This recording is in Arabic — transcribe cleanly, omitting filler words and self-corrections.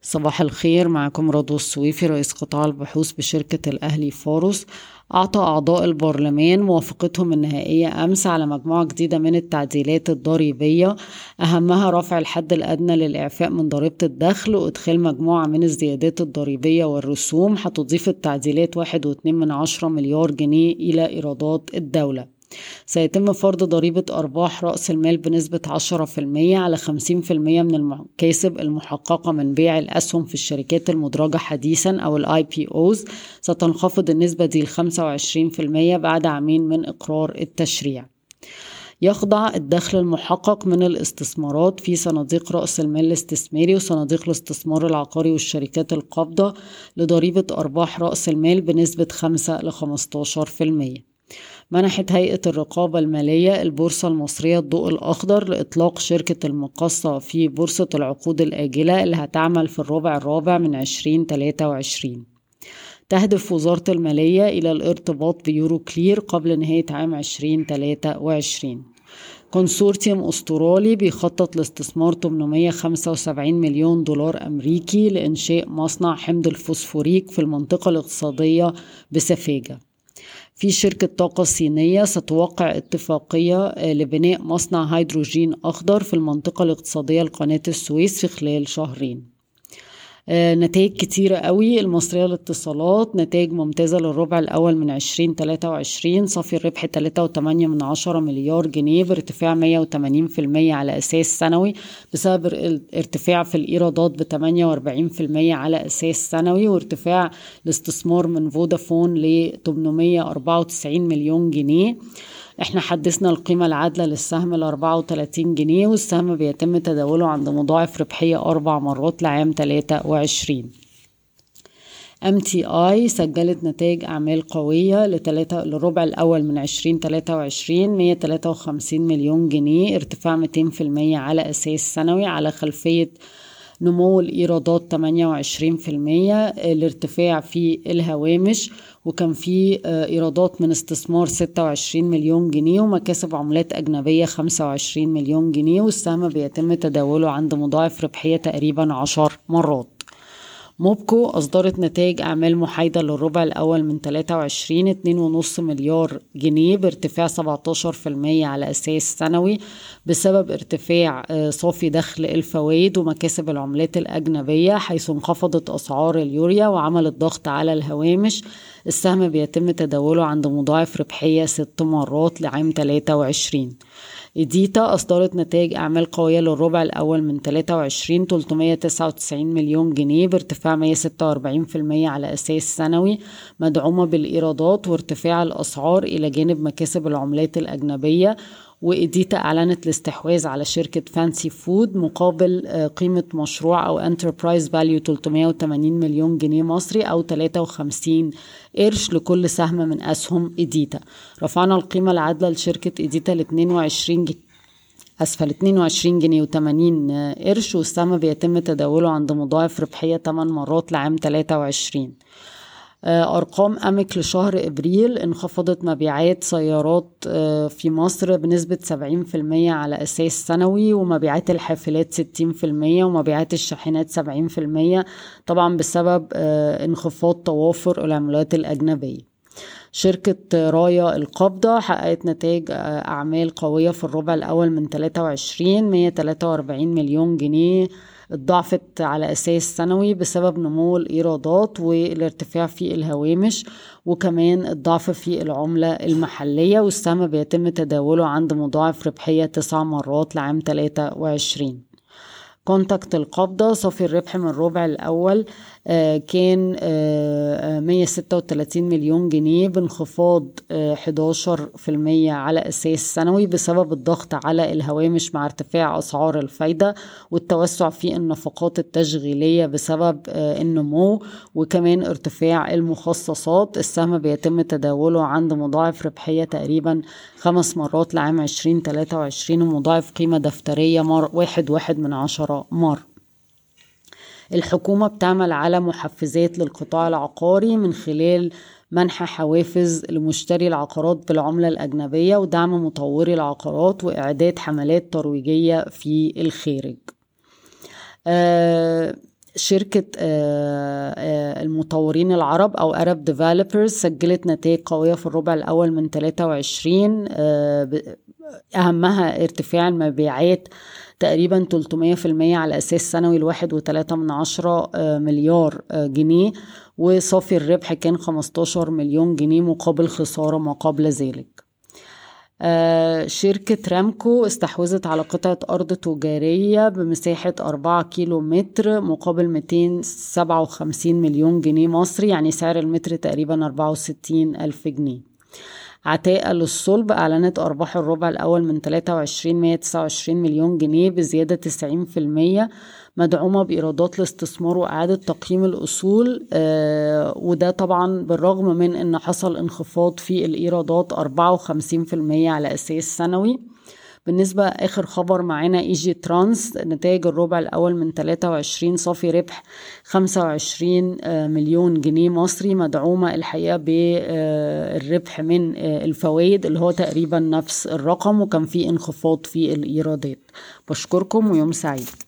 صباح الخير، معكم رضوى السويفي رئيس قطاع البحوث بشركة الأهلي فورس. أعطى أعضاء البرلمان موافقتهم النهائية أمس على مجموعة جديدة من التعديلات الضريبية، أهمها رفع الحد الأدنى للإعفاء من ضريبة الدخل وإدخال مجموعة من الزيادات الضريبية والرسوم. هتضيف التعديلات 1.2 مليار جنيه إلى إيرادات الدولة. سيتم فرض ضريبة أرباح رأس المال بنسبة 10% على 50% من المكاسب المحققة من بيع الأسهم في الشركات المدرجة حديثا أو IPOs. ستنخفض النسبة دي ل 25% بعد عامين من إقرار التشريع. يخضع الدخل المحقق من الاستثمارات في صناديق رأس المال الاستثماري وصناديق الاستثمار العقاري والشركات القابضة لضريبة أرباح رأس المال بنسبة 5 ل 15%. منحت هيئة الرقابة المالية البورصة المصرية الضوء الأخضر لإطلاق شركة المقاصة في بورصة العقود الآجلة اللي هتعمل في الربع الرابع من 2023. تهدف وزارة المالية إلى الارتباط بيورو كلير قبل نهاية عام 2023. كونسورتيوم أسترالي بيخطط لاستثمار 875 مليون دولار أمريكي لإنشاء مصنع حمض الفوسفوريك في المنطقة الاقتصادية بسفاجة. في شركة طاقة صينية ستوقع اتفاقية لبناء مصنع هيدروجين أخضر في المنطقة الاقتصادية لقناة السويس في خلال شهرين. نتائج كتيرة قوي. المصرية للاتصالات نتائج ممتازة للربع الأول من 2023. صافي الربح 3.8 مليار جنيه بارتفاع 180% على أساس سنوي بسبب ارتفاع في الإيرادات ب 48% على أساس سنوي، وارتفاع الاستثمار من فودافون ل 894 مليون جنيه. احنا حدثنا القيمة العادلة للسهم ل 34 جنيه، والسهم بيتم تداوله عند مضاعف ربحية 4 مرات لعام 23. MTI سجلت نتائج أعمال قوية للربع الأول من 2023 153 مليون جنيه، ارتفاع 200% على أساس سنوي على خلفية نمو الإيرادات 28%، الارتفاع في الهوامش، وكان في إيرادات من استثمار 26 مليون جنيه ومكاسب عملات أجنبية 25 مليون جنيه، والسهم بيتم تداوله عند مضاعف ربحية تقريبا 10 مرات. موبكو أصدرت نتائج أعمال محايدة للربع الأول من 23 2.5 مليار جنيه بارتفاع 17% على أساس سنوي بسبب ارتفاع صافي دخل الفوائد ومكاسب العملات الأجنبية، حيث انخفضت أسعار اليوريا وعملت ضغط على الهوامش. السهم بيتم تداوله عند مضاعف ربحية 6 مرات لعام 23. إيديتا أصدرت نتائج أعمال قوية للربع الأول من 23 399 مليون جنيه بارتفاع 146% على أساس سنوي، مدعومة بالإيرادات وارتفاع الأسعار إلى جانب مكاسب العملات الأجنبية. وإيديتا أعلنت الاستحواذ على شركة فانسي فود مقابل قيمة مشروع أو انتربرايز فاليو 380 مليون جنيه مصري أو 53 قرش لكل سهم من أسهم إيديتا. رفعنا القيمة العادلة لشركة إيديتا ل 22 جنيه و80 قرش، والسهم بيتم تداوله عند مضاعف ربحية 8 مرات لعام 23. أرقام أمك لشهر إبريل: انخفضت مبيعات سيارات في مصر بنسبة 70% على أساس سنوي، ومبيعات الحافلات 60%، ومبيعات الشاحنات 70%، طبعا بسبب انخفاض توافر العملات الأجنبية. شركة رايا القابضة حققت نتائج أعمال قوية في الربع الأول من 23 143 مليون جنيه، اتضاعفت على أساس سنوي بسبب نمو الإيرادات والارتفاع في الهوامش، وكمان الضعف في العملة المحلية، والسهم بيتم تداوله عند مضاعف ربحية 9 مرات لعام 23. كونتاكت القابضة صافي الربح من الربع الأول كان 136 مليون جنيه بانخفاض 11% على أساس سنوي بسبب الضغط على الهوامش مع ارتفاع أسعار الفايدة والتوسع في النفقات التشغيلية بسبب النمو، وكمان ارتفاع المخصصات. السهم بيتم تداوله عند مضاعف ربحية تقريبا 5 مرات لعام 2023 ومضاعف قيمة دفترية 1.1 مرة. الحكومة بتعمل على محفزات للقطاع العقاري من خلال منح حوافز لمشتري العقارات بالعملة الأجنبية ودعم مطوري العقارات وإعداد حملات ترويجية في الخارج. شركة المطورين العرب أو Arab Developers سجلت نتائج قوية في الربع الأول من 23. أهمها ارتفاع المبيعات تقريبا 300% على أساس سنوي ل1.3 مليار جنيه، وصافي الربح كان 15 مليون جنيه مقابل خسارة ما قبل ذلك. شركة رامكو استحوذت على قطعة أرض تجارية بمساحة 4 كيلو متر مقابل 257 مليون جنيه مصري، يعني سعر المتر تقريبا 64 ألف جنيه. عتاقة للصلب أعلنت أرباح الربع الأول من 23 129 مليون جنيه بزيادة 90%، مدعومة بإيرادات الاستثمار وإعادة تقييم الأصول. وده طبعا بالرغم من أن حصل انخفاض في الإيرادات 54% على أساس سنوي. بالنسبة آخر خبر معانا إيجي ترانس، نتائج الربع الأول من 23 صافي ربح 25 مليون جنيه مصري، مدعومة الحقيقة بالربح من الفوائد اللي هو تقريبا نفس الرقم، وكان في انخفاض في الإيرادات. بشكركم ويوم سعيد.